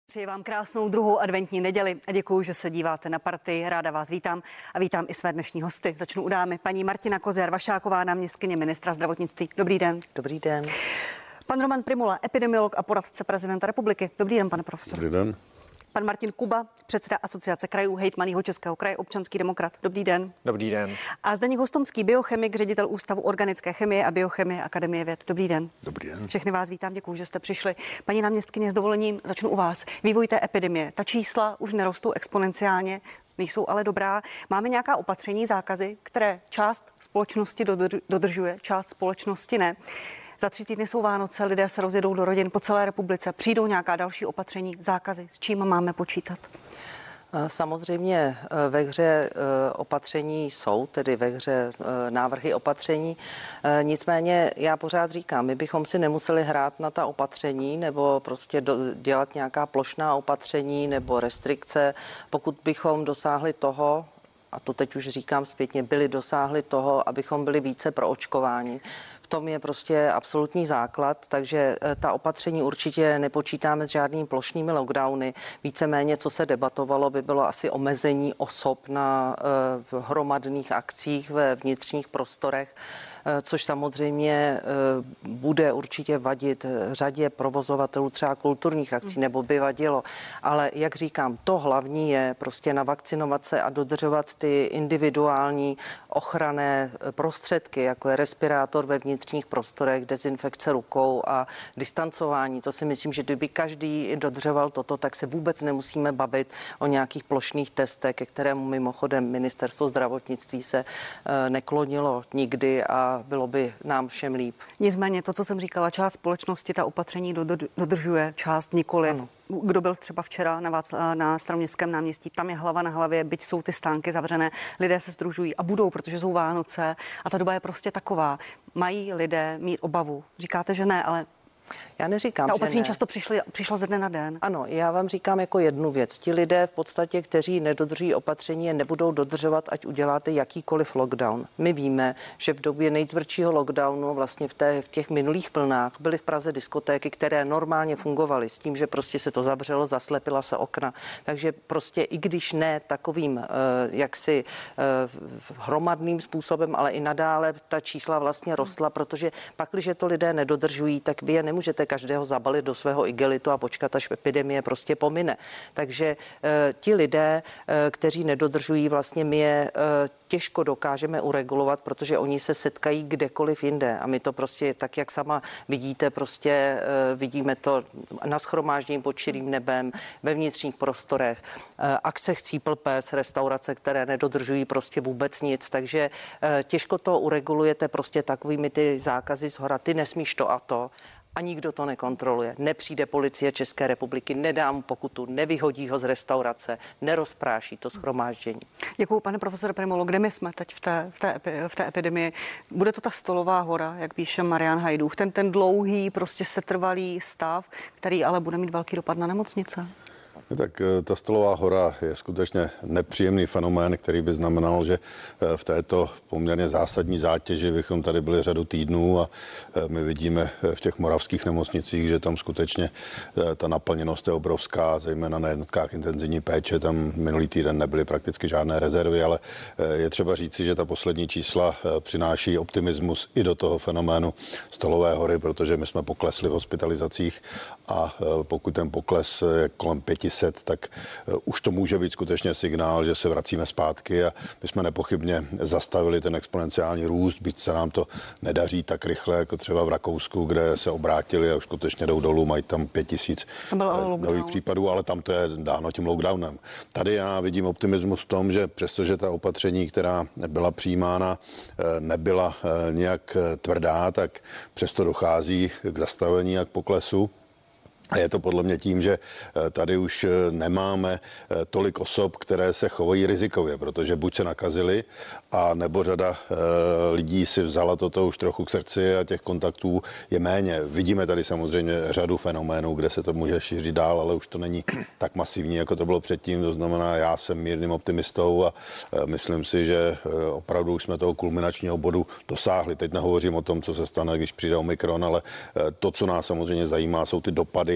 Přeji vám krásnou druhou adventní neděli a děkuji, že se díváte na Partii. Ráda vás vítám a vítám i své dnešní hosty. Začnu u dámy. Paní Martina Koziar-Vašáková, náměstkyně ministra zdravotnictví. Dobrý den. Dobrý den. Pan Roman Prymula, epidemiolog a poradce prezidenta republiky. Dobrý den, pane profesor. Dobrý den. Pan Martin Kuba, předseda Asociace krajů, hejtman Jihočeského kraje, občanský demokrat. Dobrý den. Dobrý den. A Zdeněk Hostomský, biochemik, ředitel Ústavu organické chemie a biochemie Akademie věd. Dobrý den. Dobrý den. Všechny vás vítám, děkuji, že jste přišli. Paní náměstkyně, s dovolením začnu u vás. Vývoj té epidemie. Ta čísla už nerostou exponenciálně, nejsou ale dobrá. Máme nějaká opatření, zákazy, které část společnosti dodržuje, část společnosti ne. Za 3 týdny jsou Vánoce, lidé se rozjedou do rodin po celé republice. Přijdou nějaká další opatření, zákazy, s čím máme počítat? Samozřejmě ve hře opatření jsou, tedy ve hře návrhy opatření. Nicméně já pořád říkám, my bychom si nemuseli hrát na ta opatření nebo prostě dělat nějaká plošná opatření nebo restrikce, pokud bychom dosáhli toho, a to teď už říkám zpětně, dosáhli toho, abychom byli více proočkováni. V tom je prostě absolutní základ, takže ta opatření určitě nepočítáme s žádnými plošnými lockdowny. Víceméně, co se debatovalo, by bylo asi omezení osob na hromadných akcích ve vnitřních prostorech, což samozřejmě bude určitě vadit řadě provozovatelů třeba kulturních akcí, nebo by vadilo. Ale jak říkám, to hlavní je prostě navakcinovat se a dodržovat ty individuální ochranné prostředky, jako je respirátor ve vnitřních prostorech, dezinfekce rukou a distancování. To si myslím, že kdyby každý dodržoval toto, tak se vůbec nemusíme bavit o nějakých plošných testech, ke kterému mimochodem ministerstvo zdravotnictví se neklonilo nikdy a bylo by nám všem líp. Nicméně to, co jsem říkala, část společnosti ta opatření dodržuje, část nikoliv. Ano. Kdo byl třeba včera na Staroměstském náměstí, tam je hlava na hlavě, byť jsou ty stánky zavřené, lidé se sdružují a budou, protože jsou Vánoce a ta doba je prostě taková. Mají lidé mít obavu? Říkáte, že ne, ale já neříkám, ta opatření že ne. často přišla ze dne na den. Ano, já vám říkám jako jednu věc. Ti lidé v podstatě, kteří nedodržují opatření, je nebudou dodržovat, ať uděláte jakýkoliv lockdown. My víme, že v době nejtvrdšího lockdownu, vlastně v těch minulých vlnách, byly v Praze diskotéky, které normálně fungovaly s tím, že prostě se to zavřelo, zaslepila se okna. Takže prostě i když ne takovým jaksi hromadným způsobem, ale i nadále ta čísla vlastně rostla, protože pakliže to lidé nedodržují, tak vy je nemůžete každého zabalit do svého igelitu a počkat, až epidemie prostě pomine. Takže ti lidé, kteří nedodržují, vlastně my je těžko dokážeme uregulovat, protože oni se setkají kdekoliv jinde a my to prostě tak, jak sama vidíte, prostě vidíme to na shromáždění pod širým nebem, ve vnitřních prostorech, akce Chcípl pes, restaurace, které nedodržují prostě vůbec nic, takže těžko to uregulujete prostě takovými ty zákazy zhora, ty nesmíš to a to. A nikdo to nekontroluje. Nepřijde policie České republiky, nedá mu pokutu, nevyhodí ho z restaurace, nerozpráší to shromáždění. Děkuju, pane profesore Prymulo. Kde my jsme teď v té epidemii? Bude to ta stolová hora, jak píše Marian Hajdúch, ten dlouhý, prostě setrvalý stav, který ale bude mít velký dopad na nemocnice? Tak ta stolová hora je skutečně nepříjemný fenomén, který by znamenal, že v této poměrně zásadní zátěži bychom tady byli řadu týdnů a my vidíme v těch moravských nemocnicích, že tam skutečně ta naplněnost je obrovská, zejména na jednotkách intenzivní péče. Tam minulý týden nebyly prakticky žádné rezervy, ale je třeba říci, že ta poslední čísla přináší optimismus i do toho fenoménu stolové hory, protože my jsme poklesli v hospitalizacích a pokud ten pokles je kolem 500, tak už to může být skutečně signál, že se vracíme zpátky a my jsme nepochybně zastavili ten exponenciální růst, byť se nám to nedaří tak rychle, jako třeba v Rakousku, kde se obrátili a už skutečně jdou dolů, mají tam 5000 nových případů, ale tam to je dáno tím lockdownem. Tady já vidím optimismus v tom, že přestože ta opatření, která byla přijímána, nebyla nějak tvrdá, tak přesto dochází k zastavení a k poklesu. A je to podle mě tím, že tady už nemáme tolik osob, které se chovají rizikově, protože buď se nakazili, a nebo řada lidí si vzala toto už trochu k srdci a těch kontaktů je méně. Vidíme tady samozřejmě řadu fenoménů, kde se to může šířit dál, ale už to není tak masivní, jako to bylo předtím. To znamená, já jsem mírným optimistou a myslím si, že opravdu už jsme toho kulminačního bodu dosáhli. Teď nehovořím o tom, co se stane, když přijde Omikron, ale to, co nás samozřejmě zajímá, jsou ty dopady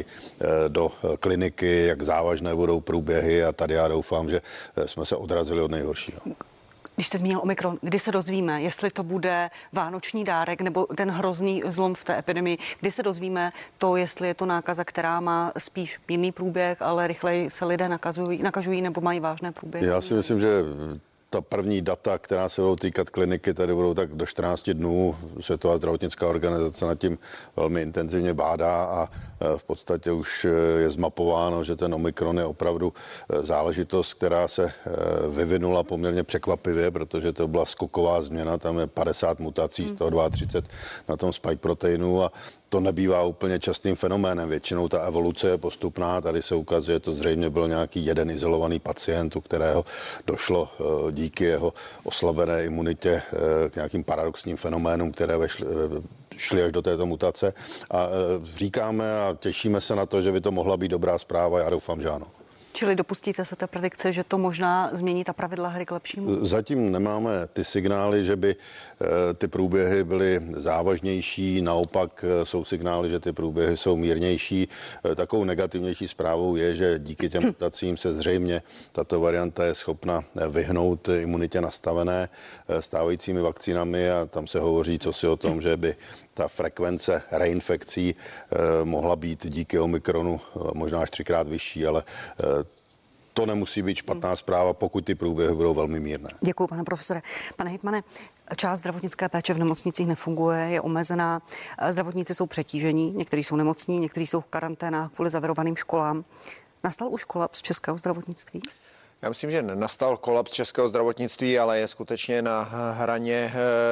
chodili do kliniky, jak závažné budou průběhy a tady já doufám, že jsme se odrazili od nejhoršího. Když jste zmínil Omikron, kdy se dozvíme, jestli to bude vánoční dárek nebo ten hrozný zlom v té epidemii, kdy se dozvíme to, jestli je to nákaza, která má spíš mírný průběh, ale rychleji se lidé nakažují nebo mají vážné průběhy? Já si myslím, že ta první data, která se budou týkat kliniky, tady budou tak do 14 dnů. Světová zdravotnická organizace nad tím velmi intenzivně bádá a v podstatě už je zmapováno, že ten Omikron je opravdu záležitost, která se vyvinula poměrně překvapivě, protože to byla skoková změna, tam je 50 mutací, z toho 32 na tom spike proteinu a to nebývá úplně častým fenoménem. Většinou ta evoluce je postupná. Tady se ukazuje, že to zřejmě byl nějaký jeden izolovaný pacient, u kterého došlo díky jeho oslabené imunitě k nějakým paradoxním fenoménům, které šly až do této mutace. A říkáme a těšíme se na to, že by to mohla být dobrá zpráva. Já doufám, že ano. Čili dopustíte se té predikce, že to možná změní ta pravidla hry k lepšímu? Zatím nemáme ty signály, že by ty průběhy byly závažnější. Naopak jsou signály, že ty průběhy jsou mírnější. Takovou negativnější zprávou je, že díky těm mutacím se zřejmě tato varianta je schopna vyhnout imunitě nastavené stávajícími vakcínami a tam se hovoří cosi o tom, že by ta frekvence reinfekcí mohla být díky Omikronu možná až 3krát vyšší, ale to nemusí být špatná zpráva, pokud ty průběhy budou velmi mírné. Děkuji, pane profesore. Pane hejtmane, část zdravotnické péče v nemocnicích nefunguje, je omezená. Zdravotníci jsou přetížení, někteří jsou nemocní, někteří jsou v karanténách kvůli zavirovaným školám. Nastal už kolaps českého zdravotnictví? Já myslím, že nenastal kolaps českého zdravotnictví, ale je skutečně na hraně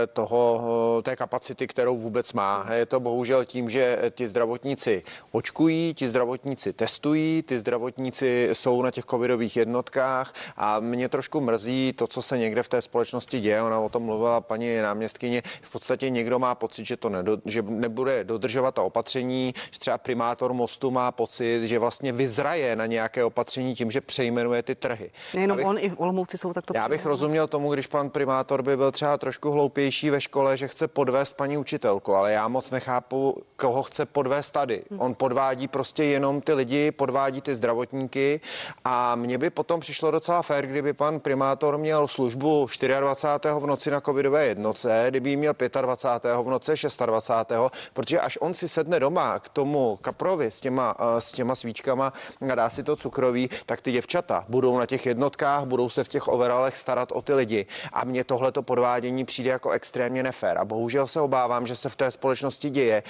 té kapacity, kterou vůbec má. Je to bohužel tím, že ti zdravotníci očkují, ti zdravotníci testují, ti zdravotníci jsou na těch covidových jednotkách a mě trošku mrzí to, co se někde v té společnosti děje. Ona o tom mluvila paní náměstkyně. V podstatě někdo má pocit, že nebude dodržovat ta opatření, že třeba primátor Mostu má pocit, že vlastně vyzraje na nějaké opatření tím, že přejmenuje ty trhy. Nejenom on, i v Olomouci jsou takto. Já bych rozuměl tomu, když pan primátor by byl třeba trošku hloupější ve škole, že chce podvést paní učitelku, ale já moc nechápu, koho chce podvést tady. On podvádí prostě jenom ty lidi, podvádí ty zdravotníky a mně by potom přišlo docela fér, kdyby pan primátor měl službu 24. v noci na covidové jednotce, kdyby jí měl 25. v noci 26. Protože až on si sedne doma k tomu kaprovi s těma svíčkama a dá si to cukroví, tak ty děvčata budou na těch jednotkách, budou se v těch overalech starat o ty lidi. A mně tohleto podvádění přijde jako extrémně nefér. A bohužel se obávám, že se v té společnosti děje.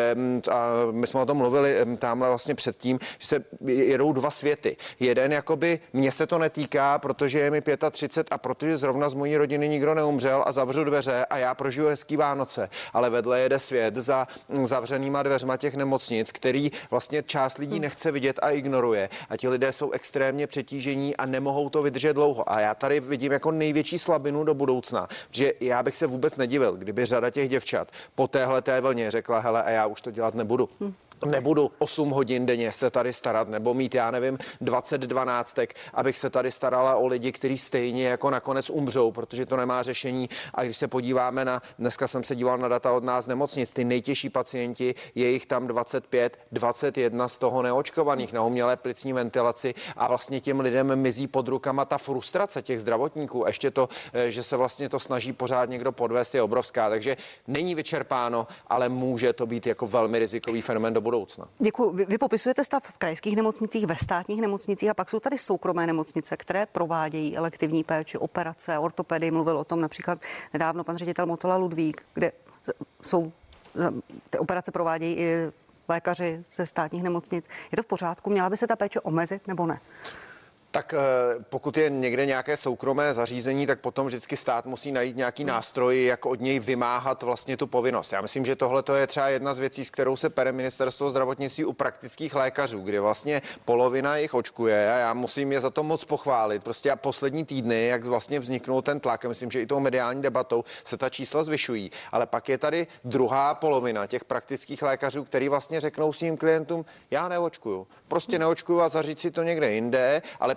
A my jsme o tom mluvili tamhle vlastně předtím, že se jedou dva světy. Jeden jakoby mně se to netýká, protože je mi 35 a protože zrovna z mojí rodiny nikdo neumřel a zavřu dveře a já prožiju hezký Vánoce. Ale vedle jede svět za zavřenýma dveřma těch nemocnic, který vlastně část lidí nechce vidět a ignoruje. A ti lidé jsou extrémně přetížení a nemohou to vydržet dlouho. A já tady vidím jako největší slabinu do budoucna, že já bych se vůbec nedivil, kdyby řada těch děvčat po téhleté vlně řekla, hele, a já už to dělat nebudu. Nebudu 8 hodin denně se tady starat nebo mít, já nevím, 20 dvanáctek, abych se tady starala o lidi, kteří stejně jako nakonec umřou, protože to nemá řešení. A když se podíváme dneska jsem se díval na data od nás nemocnic, ty nejtěžší pacienti, je jich tam 25, 21 z toho neočkovaných na umělé plicní ventilaci a vlastně těm lidem mizí pod rukama ta frustrace těch zdravotníků. Ještě to, že se vlastně to snaží pořád někdo podvést, je obrovská. Takže není vyčerpáno, ale může to být jako velmi rizikový fenomén do budoucna. Děkuji. Vy popisujete stav v krajských nemocnicích, ve státních nemocnicích a pak jsou tady soukromé nemocnice, které provádějí elektivní péči, operace, ortopedii. Mluvil o tom například nedávno pan ředitel Motola Ludvík, kde ty operace provádějí i lékaři ze státních nemocnic. Je to v pořádku? Měla by se ta péče omezit nebo ne? Tak pokud je někde nějaké soukromé zařízení, tak potom vždycky stát musí najít nějaký nástroj, jak od něj vymáhat vlastně tu povinnost. Já myslím, že tohle je třeba jedna z věcí, s kterou se pere ministerstvo zdravotnictví u praktických lékařů, kde vlastně polovina jich očkuje a já musím je za to moc pochválit. Prostě a poslední týdny, jak vlastně vzniknul ten tlak, myslím, že i tou mediální debatou se ta čísla zvyšují, ale pak je tady druhá polovina těch praktických lékařů, který vlastně řeknou svým klientům, já neočkuju. Prostě neočkuju a zaříct si to někde jinde, ale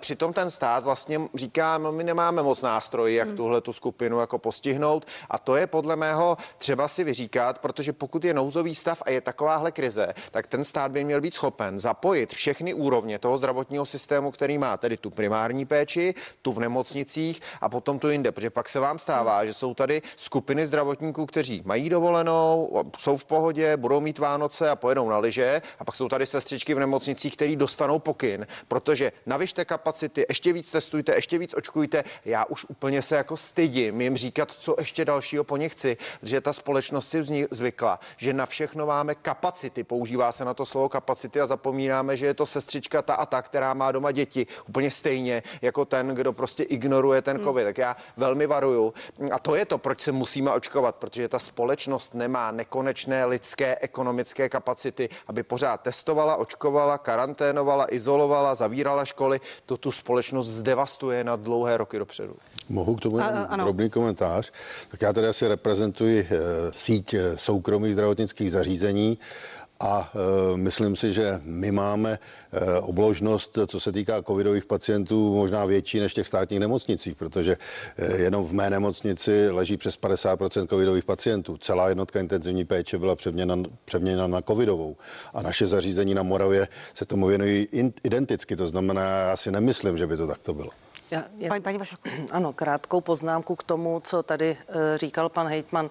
přitom ten stát vlastně říká, no my nemáme moc nástrojů, jak tuhle tu skupinu jako postihnout, a to je podle mého třeba si vyříkat, protože pokud je nouzový stav a je takováhle krize, tak ten stát by měl být schopen zapojit všechny úrovně toho zdravotního systému, který má tedy tu primární péči, tu v nemocnicích a potom tu jinde, protože pak se vám stává, že jsou tady skupiny zdravotníků, kteří mají dovolenou, jsou v pohodě, budou mít Vánoce a pojedou na lyže, a pak jsou tady sestřičky v nemocnicích, který dostanou pokyn, protože navyšte kapacity, ještě víc testujte, ještě víc očkujte. Já už úplně se jako stydím jim říkat, co ještě dalšího po nich chci, že ta společnost si zvykla, že na všechno máme kapacity, používá se na to slovo kapacity a zapomínáme, že je to sestřička ta a ta, která má doma děti, úplně stejně jako ten, kdo prostě ignoruje ten covid. Tak já velmi varuju. A to je to, proč se musíme očkovat, protože ta společnost nemá nekonečné lidské ekonomické kapacity, aby pořád testovala, očkovala, karanténovala, izolovala, zavírala školy. To tu společnost zdevastuje na dlouhé roky dopředu. Mohu k tomu drobný komentář? Tak já tady asi reprezentuji síť soukromých zdravotnických zařízení a myslím si, že my máme obložnost, co se týká covidových pacientů, možná větší než těch státních nemocnicích, protože jenom v mé nemocnici leží přes 50% covidových pacientů. Celá jednotka intenzivní péče byla přeměněna na covidovou a naše zařízení na Moravě se tomu věnují identicky, to znamená, já si nemyslím, že by to takto bylo. Paní Vašák. Ano, krátkou poznámku k tomu, co tady říkal pan hejtman.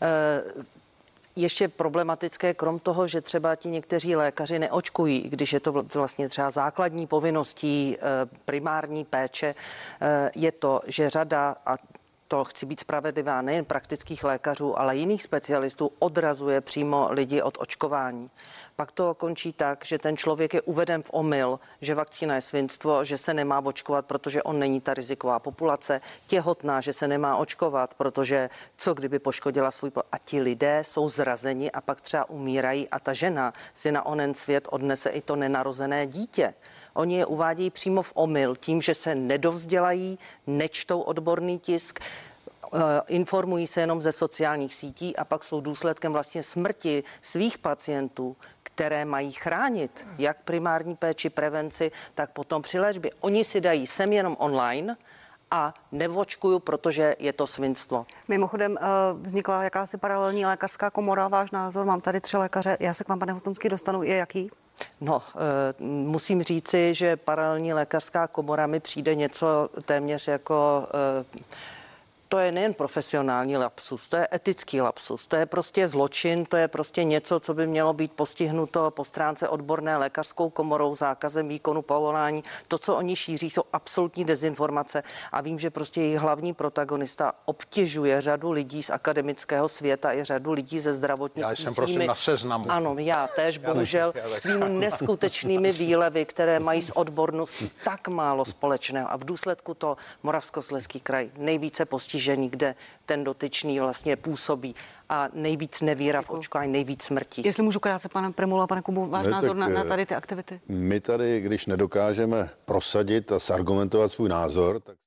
Ještě problematické, krom toho, že třeba ti někteří lékaři neočkují, když je to vlastně třeba základní povinností primární péče, je to, že řada, a to chci být spravedlivá, nejen praktických lékařů, ale jiných specialistů odrazuje přímo lidi od očkování. Pak to končí tak, že ten člověk je uveden v omyl, že vakcína je svinstvo, že se nemá očkovat, protože on není ta riziková populace, těhotná, že se nemá očkovat, protože co kdyby poškodila svůj a ti lidé jsou zrazeni a pak třeba umírají a ta žena si na onen svět odnese i to nenarozené dítě. Oni je uvádějí přímo v omyl tím, že se nedovzdělají, nečtou odborný tisk, informují se jenom ze sociálních sítí a pak jsou důsledkem vlastně smrti svých pacientů, které mají chránit jak primární péči, prevenci, tak potom při léčbě. Oni si dají sem jenom online a nevočkuju, protože je to svinstvo. Mimochodem vznikla jakási paralelní lékařská komora. Váš názor, mám tady 3 lékaře, já se k vám, pane Hostomský, dostanu, je jaký? No, musím říci, že paralelní lékařská komora mi přijde něco téměř jako... To je nejen profesionální lapsus, to je etický lapsus, to je prostě zločin, to je prostě něco, co by mělo být postihnuto po stránce odborné lékařskou komorou, zákazem výkonu povolání. To, co oni šíří, jsou absolutní dezinformace a vím, že prostě jejich hlavní protagonista obtěžuje řadu lidí z akademického světa i řadu lidí ze zdravotnictví. Já jsem prosím na Seznamu. Ano, já též, bohužel, svými neskutečnými výlevy, které mají s odborností tak málo společného a v důsledku to Moravskoslezský kraj nejvíce postižený, kde ten dotyčný vlastně působí a nejvíc nevíra v očkování, nejvíc smrtí. Jestli můžu krátce, pane Prymula, pane Kubu, váš názor na tady ty aktivity? My tady, když nedokážeme prosadit a zargumentovat svůj názor, tak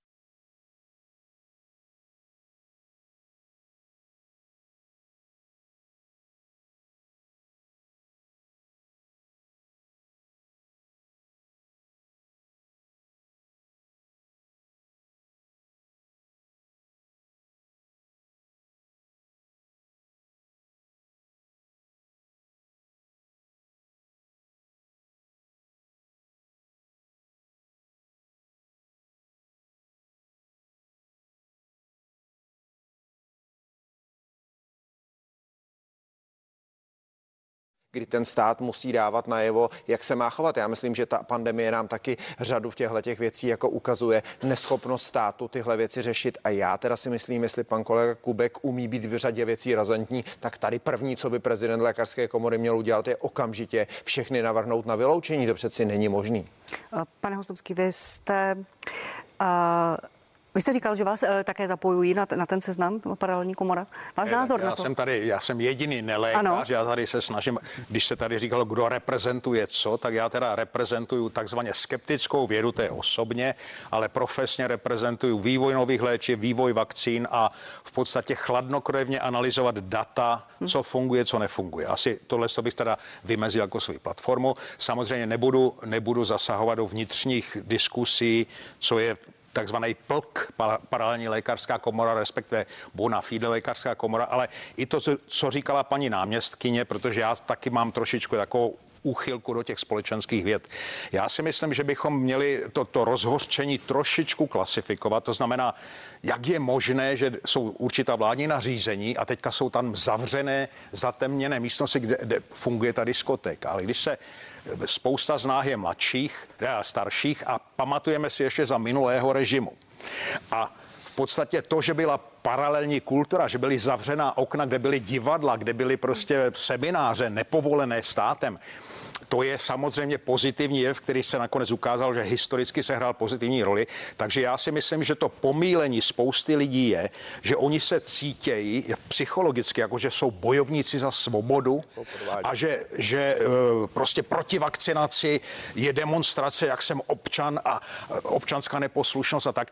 kdy ten stát musí dávat najevo, jak se má chovat. Já myslím, že ta pandemie nám taky řadu těch věcí jako ukazuje neschopnost státu tyhle věci řešit. A já teda si myslím, jestli pan kolega Kubek umí být v řadě věcí razantní, tak tady první, co by prezident lékařské komory měl udělat, je okamžitě všechny navrhnout na vyloučení. To přeci není možný. Pane Hostomský, vy jste Vy jste říkal, že vás také zapojují na ten seznam, paralelní komora. Váš názor na to? Já jsem jediný nelékař, já tady se snažím, když se tady říkalo, kdo reprezentuje co, tak já teda reprezentuju takzvaně skeptickou vědu, to je osobně, ale profesně reprezentuju vývoj nových léčiv, vývoj vakcín a v podstatě chladnokrevně analyzovat data, co funguje, co nefunguje. Asi tohle bych teda vymezil jako svou platformu. Samozřejmě nebudu zasahovat do vnitřních diskusí, co je takzvaný PLK, paralelní lékařská komora, respektive bona fide lékařská komora, ale i to, co říkala paní náměstkyně, protože já taky mám trošičku takovou úchylku do těch společenských věd. Já si myslím, že bychom měli to rozhořčení trošičku klasifikovat, to znamená, jak je možné, že jsou určitá vládní nařízení a teďka jsou tam zavřené, zatemněné místnosti, kde funguje ta diskotéka. Ale když se spousta z nás je mladších, starších a pamatujeme si ještě za minulého režimu. A v podstatě to, že byla paralelní kultura, že byly zavřená okna, kde byly divadla, kde byly prostě semináře nepovolené státem, to je samozřejmě pozitivní jev, který se nakonec ukázal, že historicky sehrál pozitivní roli. Takže já si myslím, že to pomílení spousty lidí je, že oni se cítějí psychologicky, jako že jsou bojovníci za svobodu a že prostě proti vakcinaci je demonstrace, jak jsem občan a občanská neposlušnost a tak.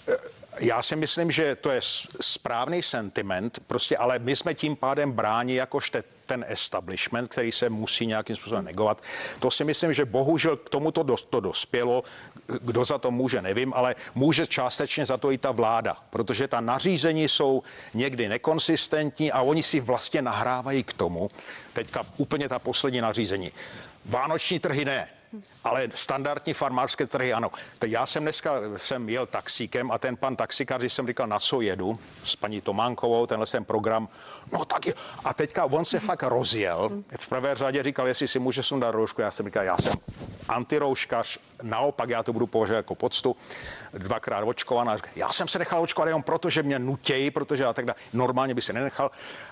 Já si myslím, že to je správný sentiment, prostě, ale my jsme tím pádem bráni jakož ten establishment, který se musí nějakým způsobem negovat. To si myslím, že bohužel k tomuto to dospělo. Kdo za to může, nevím, ale může částečně za to i ta vláda, protože ta nařízení jsou někdy nekonsistentní a oni si vlastně nahrávají k tomu. Teďka úplně ta poslední nařízení. Vánoční trhy ne. Ale standardní farmářské trhy ano. Já jsem jel taxíkem a ten pan taxikář, když jsem říkal, na co jedu, s paní Tománkovou, tenhle ten program, no tak a teďka on se fakt rozjel. V prvé řadě říkal, jestli si může sundat roušku. Já jsem říkal, já jsem antirouškař, naopak já to budu považovat jako poctu, 2krát očkovaná. Já jsem se nechal očkovat jenom proto, že mě nutějí, protože a tak dále. Normálně by se nenechal.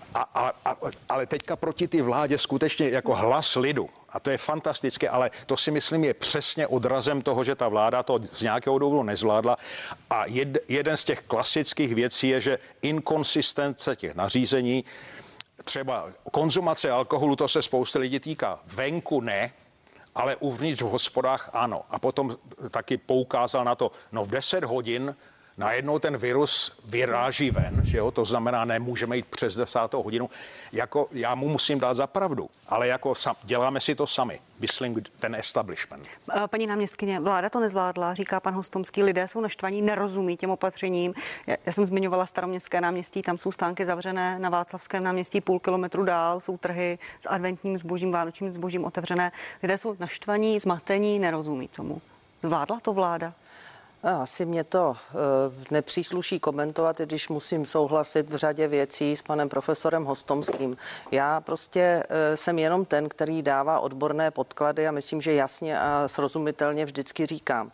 Ale teďka proti ty vládě skutečně jako hlas lidu. A to je fantastické, ale to si myslím je přesně odrazem toho, že ta vláda to z nějakého důvodu nezvládla. A jeden z těch klasických věcí je, že inkonsistence těch nařízení, třeba konzumace alkoholu, to se spousty lidí týká. Venku ne, ale uvnitř v hospodách ano. A potom taky poukázal na to, no v 10 hodin najednou ten virus vyráží ven, že jo, to znamená, nemůžeme jít přes 10. hodinu. Jako já mu musím dát za pravdu, ale jako děláme si to sami, myslím ten establishment. Paní náměstkyně, vláda to nezvládla, říká pan Hostomský, lidé jsou naštvaní, nerozumí těm opatřením. Já jsem zmiňovala Staroměstské náměstí, tam jsou stánky zavřené, na Václavském náměstí půl kilometru dál jsou trhy s adventním zbožím, vánočním zbožím otevřené. Lidé jsou naštvaní, zmatení, nerozumí tomu. Zvládla to vláda? Asi mě to nepřísluší komentovat, i když musím souhlasit v řadě věcí s panem profesorem Hostomským. Já prostě jsem jenom ten, který dává odborné podklady a myslím, že jasně a srozumitelně vždycky říkám.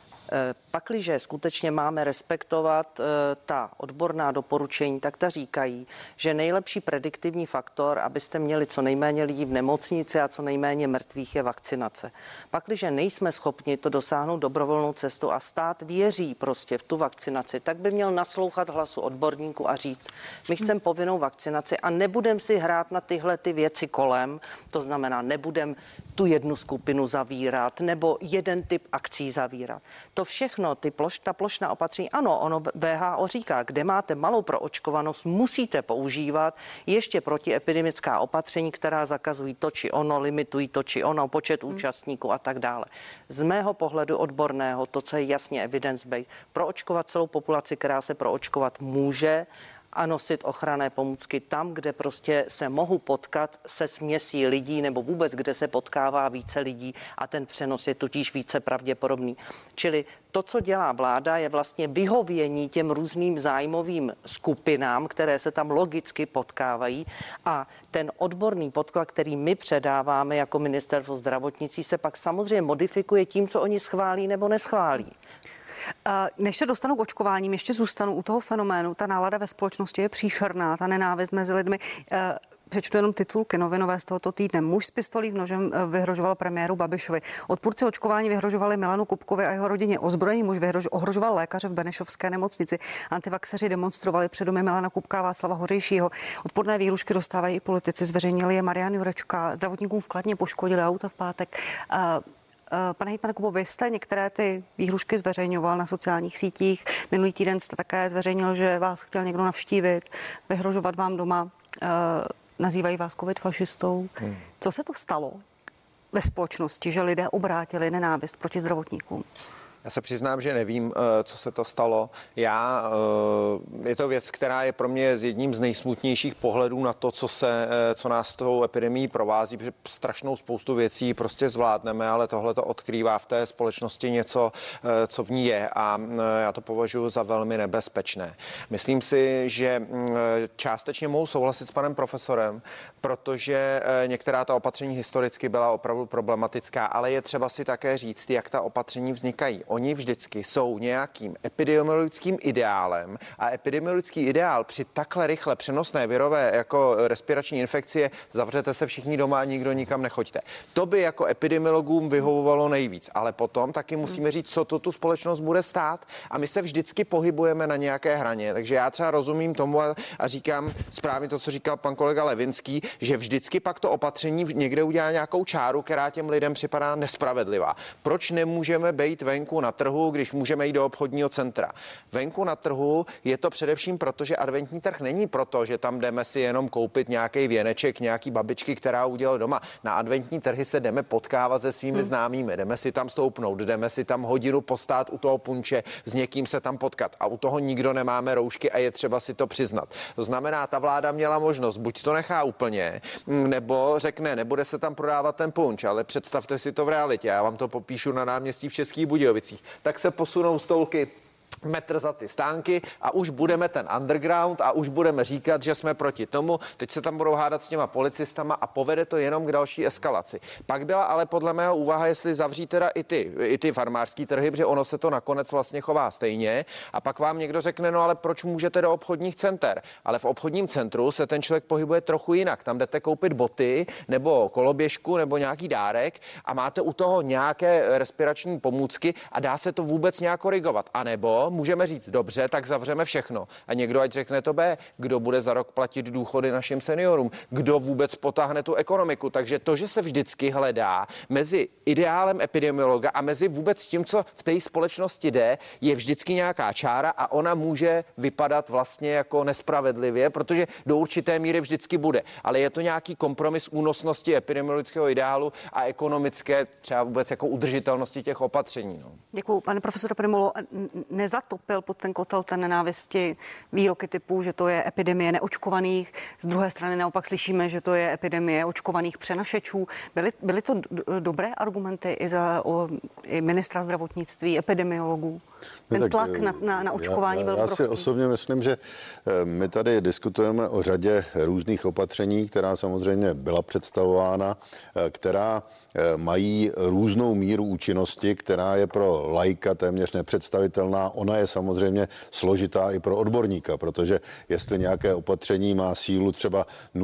Pakliže skutečně máme respektovat ta odborná doporučení, tak ta říkají, že nejlepší prediktivní faktor, abyste měli co nejméně lidí v nemocnici a co nejméně mrtvých, je vakcinace. Pakliže nejsme schopni to dosáhnout dobrovolnou cestou a stát věří prostě v tu vakcinaci, tak by měl naslouchat hlasu odborníků a říct, my chceme povinnou vakcinaci a nebudem si hrát na tyhle ty věci kolem, to znamená, nebudem tu jednu skupinu zavírat nebo jeden typ akcí zavírat. To všechno, ta plošná opatření, ano, ono WHO říká, kde máte malou proočkovanost, musíte používat ještě protiepidemická opatření, která zakazují to či ono, limitují to či ono, počet účastníků a tak dále. Z mého pohledu odborného, to, co je jasně evidence-based, proočkovat celou populaci, která se proočkovat může, a nosit ochranné pomůcky tam, kde prostě se mohu potkat se směsí lidí nebo vůbec, kde se potkává více lidí a ten přenos je totiž více pravděpodobný. Čili to, co dělá vláda, je vlastně vyhovění těm různým zájmovým skupinám, které se tam logicky potkávají a ten odborný podklad, který my předáváme jako ministerstvo zdravotnictví, se pak samozřejmě modifikuje tím, co oni schválí nebo neschválí. Než se dostanu k očkováním, ještě zůstanu u toho fenoménu. Ta nálada ve společnosti je příšerná, ta nenávist mezi lidmi. přečtu jenom titulky novinové z tohoto týdne. Muž s pistolí nožem vyhrožoval premiéru Babišovi. Odpůrci očkování vyhrožovali Milanu Kupkovi a jeho rodině. Ozbrojený muž ohrožoval lékaře v Benešovské nemocnici. Antivaxeři demonstrovali před domy Milana Kupka a Václava Hořejšího. Odporné výhrušky dostávají i politici. Zveřejnili je Marian Jurečka. Zdravotníkům v Kladně poškodili auta v pátek. Pane hejtmane Kubo, vy jste některé ty výhrušky zveřejňoval na sociálních sítích. Minulý týden jste také zveřejnil, že vás chtěl někdo navštívit, vyhrožovat vám doma. Nazývají vás covid fašistou. Co se to stalo ve společnosti, že lidé obrátili nenávist proti zdravotníkům? Já se přiznám, že nevím, co se to stalo. Je to věc, která je pro mě jedním z nejsmutnějších pohledů na to, co nás s tou epidemií provází, protože strašnou spoustu věcí prostě zvládneme, ale tohle to odkrývá v té společnosti něco, co v ní je, a já to považuji za velmi nebezpečné. Myslím si, že částečně mohu souhlasit s panem profesorem, protože některá ta opatření historicky byla opravdu problematická, ale je třeba si také říct, jak ta opatření vznikají. Oni vždycky jsou nějakým epidemiologickým ideálem a epidemiologický ideál při takhle rychle přenosné virové jako respirační infekci je: zavřete se všichni doma a nikdo nikam nechoďte. To by jako epidemiologům vyhovovalo nejvíc, ale potom taky musíme říct, co to tu společnost bude stát, a my se vždycky pohybujeme na nějaké hraně. Takže já třeba rozumím tomu a říkám správně to, co říkal pan kolega Levinský, že vždycky pak to opatření někde udělá nějakou čáru, která těm lidem připadá nespravedlivá. Proč nemůžeme být venku na trhu, když můžeme jít do obchodního centra? Venku na trhu je to především proto, že adventní trh není proto, že tam jdeme si jenom koupit nějaký věneček, nějaký babičky, která udělala doma. Na adventní trhy se jdeme potkávat se svými známými, jdeme si tam stoupnout, jdeme si tam hodinu postát u toho punče, s někým se tam potkat, a u toho nikdo nemáme roušky a je třeba si to přiznat. To znamená, ta vláda měla možnost, buď to nechá úplně, nebo řekne, nebude se tam prodávat ten punč, ale představte si to v realitě. Já vám to popíšu na náměstí v Českých Budějovicích. Tak se posunou stolky metr za ty stánky a už budeme ten underground a už budeme říkat, že jsme proti tomu. Teď se tam budou hádat s těma policistama a povede to jenom k další eskalaci. Pak byla ale podle mého úvaha, jestli zavří teda i ty farmářský trhy, protože ono se to nakonec vlastně chová stejně, a pak vám někdo řekne, no ale proč můžete do obchodních center? Ale v obchodním centru se ten člověk pohybuje trochu jinak. Tam jdete koupit boty nebo koloběžku nebo nějaký dárek a máte u toho nějaké respirační pomůcky a dá se to vůbec nějak korigovat. A nebo můžeme říct, dobře, tak zavřeme všechno. A někdo ať řekne to B, kdo bude za rok platit důchody našim seniorům, kdo vůbec potáhne tu ekonomiku. Takže to, že se vždycky hledá mezi ideálem epidemiologa a mezi vůbec tím, co v té společnosti jde, je vždycky nějaká čára a ona může vypadat vlastně jako nespravedlivě, protože do určité míry vždycky bude. Ale je to nějaký kompromis únosnosti epidemiologického ideálu a ekonomické třeba vůbec jako udržitelnosti těch opatření. No. Děkuju, pane profesore Prymulo. Nezatopil pod ten kotel té nenávisti výroky typu, že to je epidemie neočkovaných. Z druhé strany naopak slyšíme, že to je epidemie očkovaných přenašečů. Byly to dobré argumenty i ministra zdravotnictví, epidemiologů? Ten tlak na očkování byl obrovský. Já si osobně myslím, že my tady diskutujeme o řadě různých opatření, která samozřejmě byla představována, která mají různou míru účinnosti, která je pro laika téměř nepředstavitelná. Ona je samozřejmě složitá i pro odborníka, protože jestli nějaké opatření má sílu třeba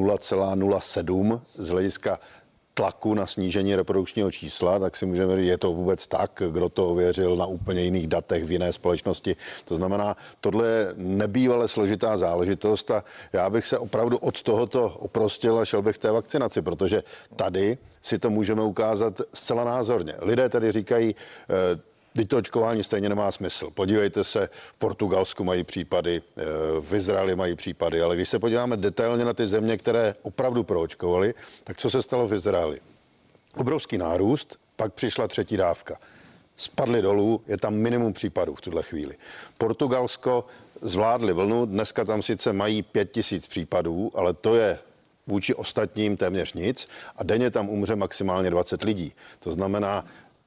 0,07 z hlediska tlaku na snížení reprodukčního čísla, tak si můžeme říct, je to vůbec tak, kdo to ověřil na úplně jiných datech v jiné společnosti. To znamená, tohle je nebývale složitá záležitost a já bych se opravdu od tohoto oprostil a šel bych k té vakcinaci, protože tady si to můžeme ukázat zcela názorně. Lidé tady říkají, teď to očkování stejně nemá smysl. Podívejte se, v Portugalsku mají případy, v Izraeli mají případy, ale když se podíváme detailně na ty země, které opravdu proočkovaly, tak co se stalo v Izraeli? Obrovský nárůst, pak přišla třetí dávka. Spadly dolů, je tam minimum případů v tuhle chvíli. Portugalsko zvládli vlnu, dneska tam sice mají 5000 případů, ale to je vůči ostatním téměř nic a denně tam umře maximálně 20 lidí. To znamená,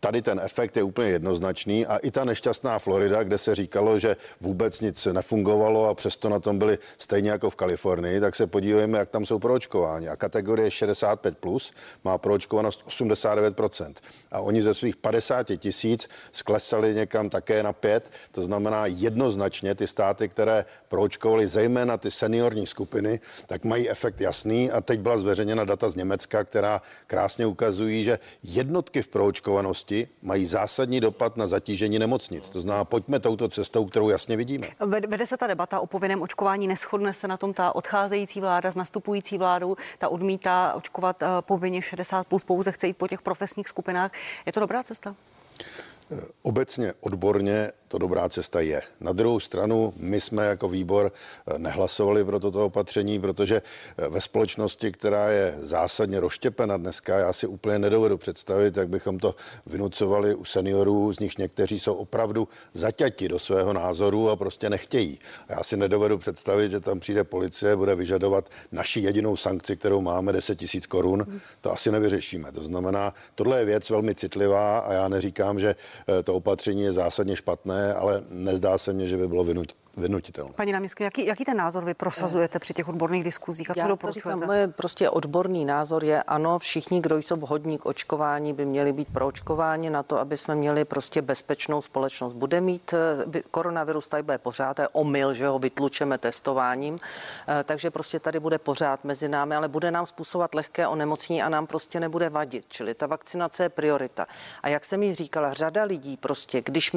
tady ten efekt je úplně jednoznačný a i ta nešťastná Florida, kde se říkalo, že vůbec nic nefungovalo a přesto na tom byli stejně jako v Kalifornii, tak se podívejme, jak tam jsou proočkováni. A kategorie 65+ má proočkovanost 89%. A oni ze svých 50 000 sklesali někam také na 5. To znamená jednoznačně ty státy, které proočkovaly zejména ty seniorní skupiny, tak mají efekt jasný. A teď byla zveřejněna data z Německa, která krásně ukazují, že jednotky v proočkovanosti mají zásadní dopad na zatížení nemocnic. To znamená, pojďme touto cestou, kterou jasně vidíme. Vede se ta debata o povinném očkování, neshodne se na tom ta odcházející vláda s nastupující vládou, ta odmítá očkovat povinně 60+, pouze chce jít po těch profesních skupinách. Je to dobrá cesta? Obecně, odborně to dobrá cesta je. Na druhou stranu, my jsme jako výbor nehlasovali pro toto opatření, protože ve společnosti, která je zásadně rozštěpena dneska, já si úplně nedovedu představit, jak bychom to vynucovali u seniorů, z nichž někteří jsou opravdu zaťati do svého názoru a prostě nechtějí. A já si nedovedu představit, že tam přijde policie, bude vyžadovat naši jedinou sankci, kterou máme, 10 000 korun. To asi nevyřešíme. To znamená, tohle je věc velmi citlivá a já neříkám, že to opatření je zásadně špatné, ale nezdá se mně, že by bylo vynutitelné. Paní náměstkyně, jaký ten názor vy prosazujete při těch odborných diskuzích a co doporučujete? Moje prostě odborný názor je, ano, všichni, kdo jsou vhodní k očkování, by měli být proočkováni na to, aby jsme měli prostě bezpečnou společnost. Bude mít koronavirus, tady bude pořád, je omyl, že ho vytlučeme testováním, takže prostě tady bude pořád mezi námi, ale bude nám způsobovat lehké onemocnění a nám prostě nebude vadit. Čili ta vakcinace je priorita. A jak jsem ji říkala, řada lidí prostě, když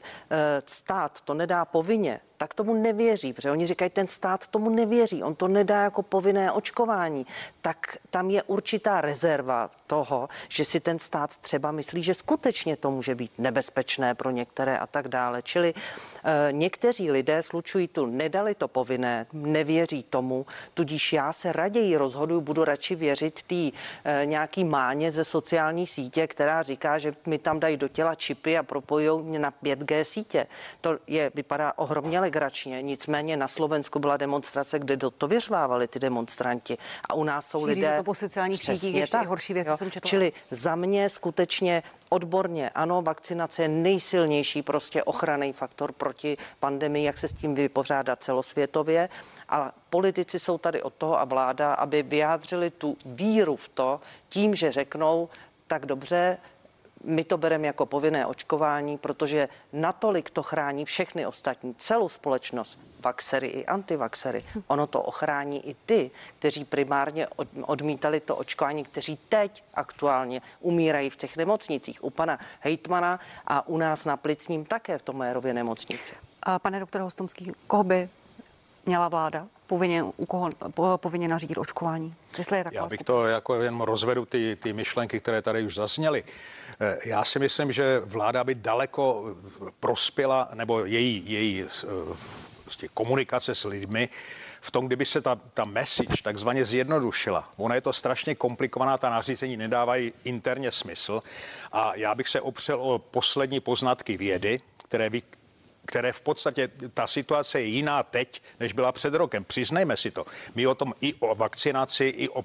stát to nedá povinně, tak tomu nevěří, protože oni říkají, ten stát tomu nevěří, on to nedá jako povinné očkování, tak tam je určitá rezerva toho, že si ten stát třeba myslí, že skutečně to může být nebezpečné pro některé a tak dále. Čili někteří lidé slučují tu, nedali to povinné, nevěří tomu, tudíž já se raději rozhoduju, budu radši věřit té nějaký máně ze sociální sítě, která říká, že mi tam dají do těla čipy a propojou mě na 5G sítě. To vypadá ohromně legračně, nicméně na Slovensku byla demonstrace, kde to vyřvávali ty demonstranti a u nás jsou lidé... to po sociálních sítích, ještě horší věci jsem četla. Čili za mě skutečně odborně, ano, vakcinace je nejsilnější prostě ochranný faktor proti pandemii, jak se s tím vypořádat celosvětově. A politici jsou tady od toho a vláda, aby vyjádřili tu víru v to tím, že řeknou, tak dobře, my to bereme jako povinné očkování, protože natolik to chrání všechny ostatní, celou společnost, vaxery i antivaxery. Ono to ochrání i ty, kteří primárně odmítali to očkování, kteří teď aktuálně umírají v těch nemocnicích. U pana hejtmana a u nás na Plicním také v tom Majerově nemocnici. A pane doktore Hostomský, koho by měla vláda povinně nařídit očkování? Jestli je Já bych to jako jen rozvedu ty myšlenky, které tady už zazněly. Já si myslím, že vláda by daleko prospěla, nebo její komunikace s lidmi v tom, kdyby se ta message takzvaně zjednodušila. Ona je to strašně komplikovaná, ta nařízení nedávají interně smysl a já bych se opřel o poslední poznatky vědy, které v podstatě, ta situace je jiná teď, než byla před rokem. Přiznejme si to. My o tom i o vakcinaci, i o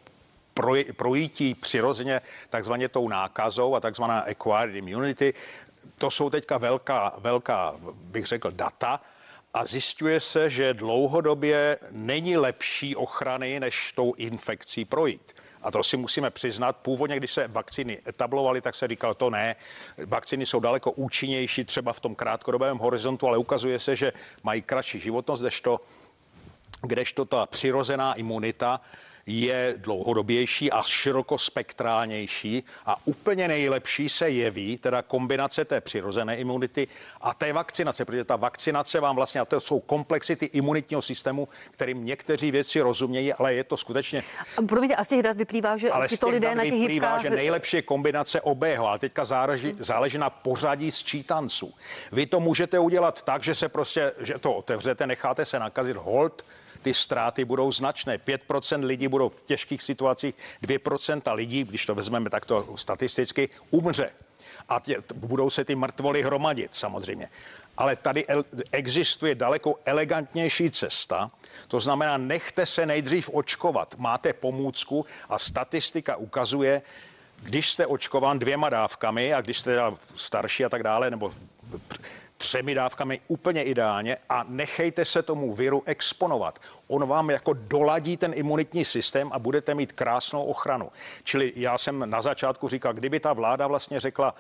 projítí přirozeně takzvaně tou nákazou a takzvaná acquired immunity, to jsou teďka velká, bych řekl, data a zjišťuje se, že dlouhodobě není lepší ochrany, než tou infekcí projít. A to si musíme přiznat. Původně, když se vakcíny etablovaly, tak se říkalo, to ne. Vakcíny jsou daleko účinnější třeba v tom krátkodobém horizontu, ale ukazuje se, že mají kratší životnost, kdežto ta přirozená imunita je dlouhodobější a širokospektrálnější a úplně nejlepší se jeví teda kombinace té přirozené imunity a té vakcinace, protože ta vakcinace vám vlastně, a to jsou komplexity imunitního systému, kterým někteří vědci rozumějí, ale je to skutečně... Promiňte, asi dat vyplývá, že tyto lidé na těch hybkách... že nejlepší je kombinace obého, ale teďka záleží na pořadí sčítanců. Vy to můžete udělat tak, že se prostě, že to otevřete, necháte se nakazit, holt, ty ztráty budou značné. 5% lidí budou v těžkých situacích, 2% lidí, když to vezmeme takto statisticky, umře. A budou se ty mrtvoly hromadit samozřejmě. Ale tady existuje daleko elegantnější cesta, to znamená, nechte se nejdřív očkovat. Máte pomůcku a statistika ukazuje, když jste očkován 2 dávkami a když jste teda starší a tak dále, nebo 3 dávkami úplně ideálně a nechejte se tomu viru exponovat. On vám jako doladí ten imunitní systém a budete mít krásnou ochranu. Čili já jsem na začátku říkal, kdyby ta vláda vlastně řekla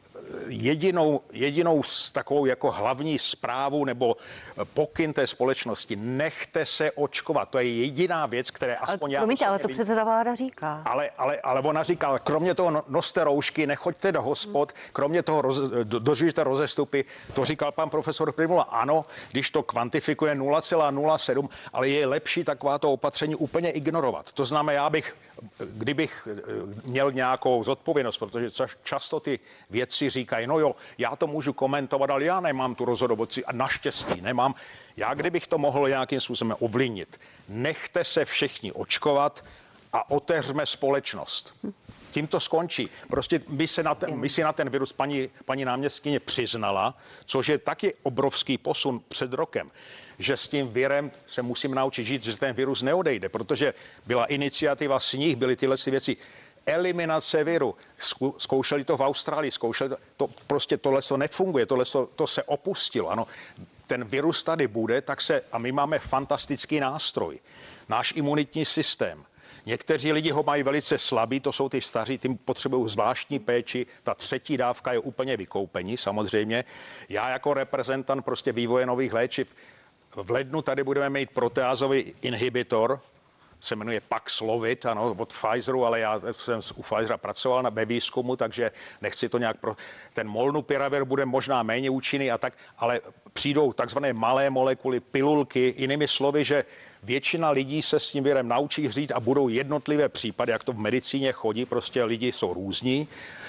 jedinou takovou jako hlavní zprávu nebo pokyn té společnosti, nechte se očkovat. To je jediná věc, které aspoň já... Promiňte, ale to přece ta vláda říká. Ale ona říká, kromě toho noste roušky, nechoďte do hospod, kromě toho dodržujte rozestupy. To říkal pan profesor Prymula. Ano, když to kvantifikuje 0,07, ale je lepší takováto opatření úplně ignorovat. To znamená, kdybych měl nějakou zodpovědnost, protože často ty vědci říkají, no jo, já to můžu komentovat, ale já nemám tu rozhodovací a naštěstí nemám. Já kdybych to mohl nějakým způsobem ovlivnit, nechte se všichni očkovat a otevřme společnost. Tím to skončí. Prostě my si na ten virus paní náměstkyně přiznala, což je taky obrovský posun před rokem, že s tím virem se musím naučit žít, že ten virus neodejde, protože byla iniciativa Sníh, byly tyhle věci. Eliminace viru. Zkoušeli to v Austrálii, prostě tohle to nefunguje, to se opustilo. Ano, ten virus tady bude, a my máme fantastický nástroj. Náš imunitní systém. Někteří lidi ho mají velice slabý, to jsou ty staří, tím potřebují zvláštní péči. Ta 3. dávka je úplně vykoupení, samozřejmě. Já jako reprezentant prostě vývoje nových léčiv v lednu tady budeme mít proteázový inhibitor, se jmenuje Paxlovid, ano, od Pfizeru, ale já jsem u Pfizera pracoval ve výzkumu, takže nechci to nějak ten molnupiravir bude možná méně účinný a tak, ale přijdou takzvané malé molekuly, pilulky, jinými slovy, že většina lidí se s tím virem naučí hřít a budou jednotlivé případy, jak to v medicíně chodí, prostě lidi jsou různí,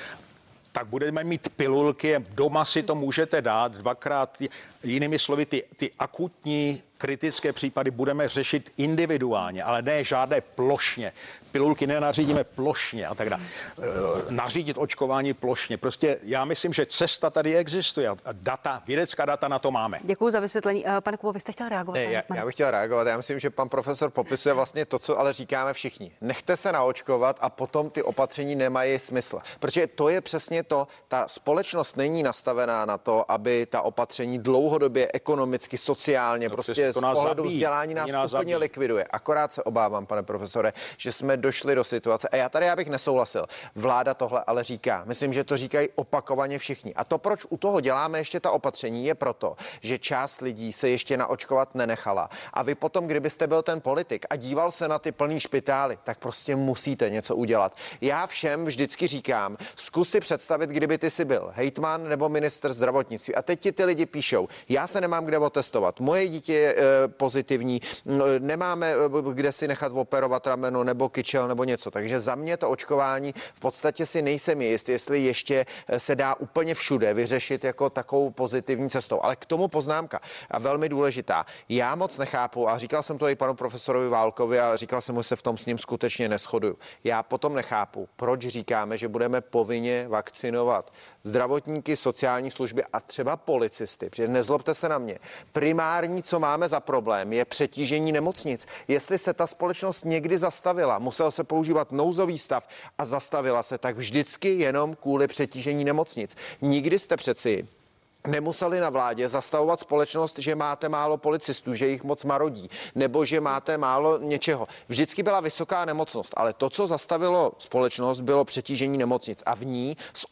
tak budeme mít pilulky, doma si to můžete dát 2krát, jinými slovy ty akutní kritické případy budeme řešit individuálně, ale ne žádné plošně. Pilulky nenařídíme plošně a tak dále. Nařídit očkování plošně. Prostě já myslím, že cesta tady existuje a vědecká data na to máme. Děkuji za vysvětlení. Pane Kubo, vy jste chtěl reagovat? Já bych chtěl reagovat. Já myslím, že pan profesor popisuje vlastně to, co ale říkáme všichni. Nechte se naočkovat a potom ty opatření nemají smysl. Protože to je přesně to, ta společnost není nastavená na to, aby ta opatření dlouhodobě ekonomicky, sociálně, prostě z pohledu vzdělání nás úplně likviduje. Akorát se obávám, pane profesore, že jsme došli do situace, a já bych nesouhlasil. Vláda tohle ale říká. Myslím, že to říkají opakovaně všichni. A to, proč u toho děláme ještě ta opatření, je proto, že část lidí se ještě naočkovat nenechala. A vy potom, kdybyste byl ten politik a díval se na ty plný špitály, tak prostě musíte něco udělat. Já všem vždycky říkám, zkus si představit, kdyby ty si byl hejtman nebo ministr zdravotnictví. A teď ti ty lidi píšou, já se nemám kde otestovat, moje dítě je pozitivní, nemáme kde si nechat operovat rameno nebo kyčel nebo něco. Takže za mě to očkování v podstatě si nejsem jist, jestli ještě se dá úplně všude vyřešit jako takovou pozitivní cestou. Ale k tomu poznámka a velmi důležitá. Já moc nechápu a říkal jsem to i panu profesorovi Válkovi a říkal jsem mu, že se v tom s ním skutečně neshoduju. Já potom nechápu, proč říkáme, že budeme povinně vakcinovat zdravotníky, sociální služby a třeba policisty. Protože nezlobte se na mě. Primární, co máme za problém, je přetížení nemocnic. Jestli se ta společnost někdy zastavila, musel se používat nouzový stav a zastavila se, tak vždycky jenom kvůli přetížení nemocnic. Nikdy jste přeci nemuseli na vládě zastavovat společnost, že máte málo policistů, že jich moc marodí, nebo že máte málo něčeho. Vždycky byla vysoká nemocnost, ale to, co zastavilo společnost, bylo přetížení nemocnic a v ní z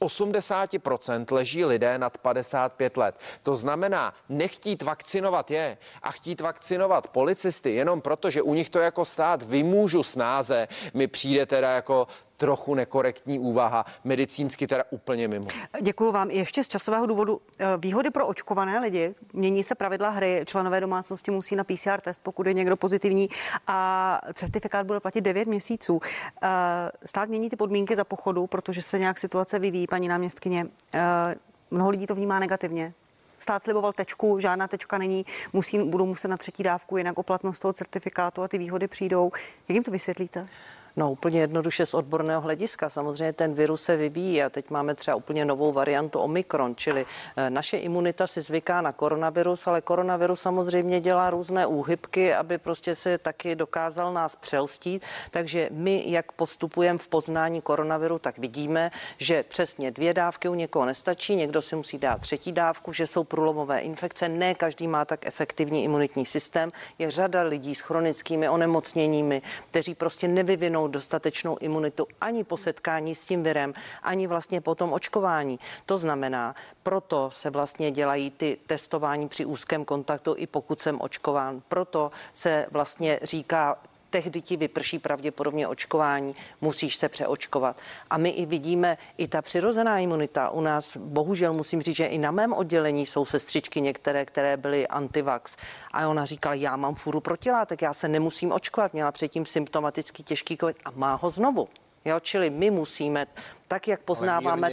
80% leží lidé nad 55 let. To znamená, nechtít vakcinovat je a chtít vakcinovat policisty jenom proto, že u nich to jako stát vymůžu snáze, mi přijde teda jako trochu nekorektní úvaha, medicínsky teda úplně mimo. Děkuji vám. Ještě z časového důvodu výhody pro očkované lidi. Mění se pravidla hry. Členové domácnosti musí na PCR test, pokud je někdo pozitivní, a certifikát bude platit 9 měsíců. Stát mění ty podmínky za pochodu, protože se nějak situace vyvíjí, paní náměstkyně. Mnoho lidí to vnímá negativně. Stát sliboval tečku, žádná tečka není, budou muset na 3. dávku, jinak o platnost toho certifikátu a ty výhody přijdou. Jak jim to vysvětlíte? No úplně jednoduše z odborného hlediska. Samozřejmě ten virus se vyvíjí a teď máme třeba úplně novou variantu Omikron, čili naše imunita si zvyká na koronavirus, ale koronavirus samozřejmě dělá různé úhybky, aby prostě se taky dokázal nás přelstít. Takže my, jak postupujeme v poznání koronaviru, tak vidíme, že přesně 2 dávky u někoho nestačí, někdo si musí dát 3. dávku, že jsou průlomové infekce, ne každý má tak efektivní imunitní systém. Je řada lidí s chronickými onemocněními, kteří prostě nevyvinou dostatečnou imunitu ani po setkání s tím virem, ani vlastně po tom očkování. To znamená, proto se vlastně dělají ty testování při úzkém kontaktu, i pokud jsem očkován. Proto se vlastně říká, tehdy ti vyprší pravděpodobně očkování, musíš se přeočkovat. A my i vidíme, i ta přirozená imunita u nás, bohužel musím říct, že i na mém oddělení jsou sestřičky některé, které byly antivax. A ona říkala, já mám fůru protilátek, já se nemusím očkovat, měla předtím symptomatický těžký covid a má ho znovu. Jo, čili my musíme, tak jak poznáváme,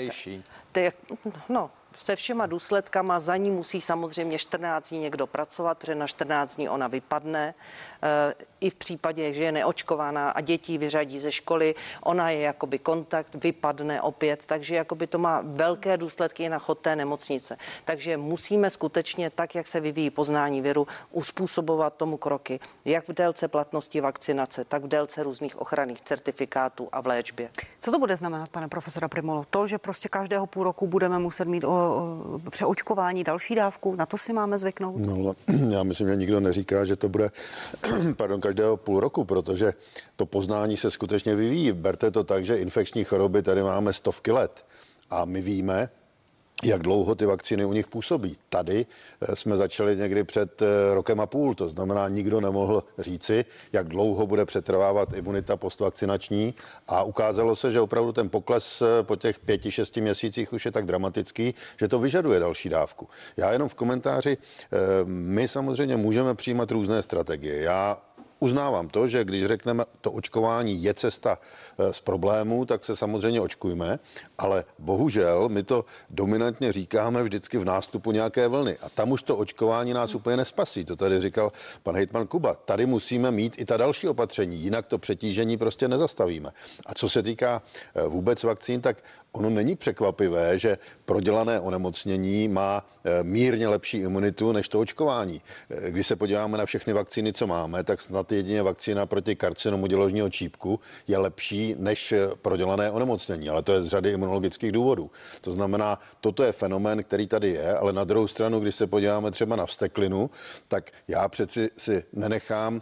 se všema důsledkama, za ní musí samozřejmě 14 dní někdo pracovat, protože na 14 dní ona vypadne. I v případě, že je neočkovaná a děti vyřadí ze školy, ona je jakoby kontakt, vypadne opět, takže jakoby to má velké důsledky na chod té nemocnice. Takže musíme skutečně, tak jak se vyvíjí poznání viru, uspůsobovat tomu kroky, jak v délce platnosti vakcinace, tak v délce různých ochranných certifikátů a v léčbě. Co to bude znamenat, pane profesora Prymolo? To, že prostě každého půl roku budeme muset mít přeočkování, další dávku, na to si máme zvyknout? No, já myslím, že nikdo neříká, že to bude každého půl roku, protože to poznání se skutečně vyvíjí. Berte to tak, že infekční choroby tady máme stovky let a my víme, jak dlouho ty vakcíny u nich působí. Tady jsme začali někdy před 1,5 roku, to znamená, nikdo nemohl říci, jak dlouho bude přetrvávat imunita postvakcinační a ukázalo se, že opravdu ten pokles po těch 5-6 měsících už je tak dramatický, že to vyžaduje další dávku. Já jenom v komentáři, my samozřejmě můžeme přijímat různé strategie. Já uznávám to, že když řekneme, to očkování je cesta z problémů, tak se samozřejmě očkujme, ale bohužel my to dominantně říkáme vždycky v nástupu nějaké vlny a tam už to očkování nás úplně nespasí. To tady říkal pan hejtman Kuba. Tady musíme mít i ta další opatření, jinak to přetížení prostě nezastavíme. A co se týká vůbec vakcín, tak ono není překvapivé, že prodělané onemocnění má mírně lepší imunitu než to očkování. Když se podíváme na všechny vakcíny, co máme, tak snad jedině vakcína proti karcinomu děložního čípku je lepší než prodělané onemocnění, ale to je z řady imunologických důvodů. To znamená, toto je fenomén, který tady je, ale na druhou stranu, když se podíváme třeba na vzteklinu, tak já přeci si nenechám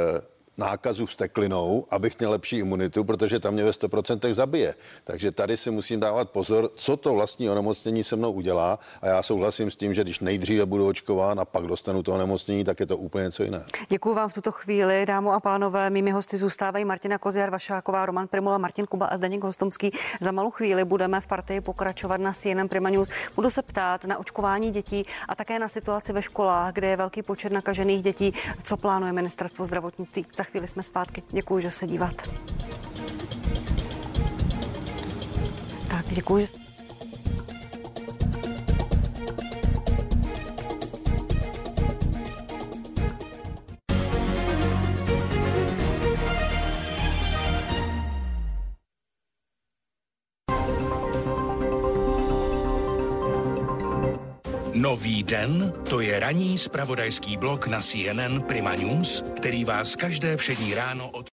nákazu vzteklinou, abych měl lepší imunitu, protože tam mě ve 100% zabije. Takže tady si musím dávat pozor, co to vlastní onemocnění se mnou udělá a já souhlasím s tím, že když nejdříve budu očkován a pak dostanu to onemocnění, tak je to úplně něco jiné. Děkuji vám v tuto chvíli, dámy a pánové. Mými hosty zůstávají Martina Koziar-Vašáková, Roman Prymula, Martin Kuba a Zdeněk Hostomský. Za malou chvíli budeme v Partii pokračovat na CNN Prima News. Budu se ptát na očkování dětí a také na situaci ve školách, kde je velký počet nakažených dětí. Co plánuje Ministerstvo zdravotnictví? Za chvíli jsme zpátky. Děkuji, že se díváte. Tak, děkuji. Nový den, to je ranní zpravodajský blok na CNN Prima News, který vás každé všední ráno od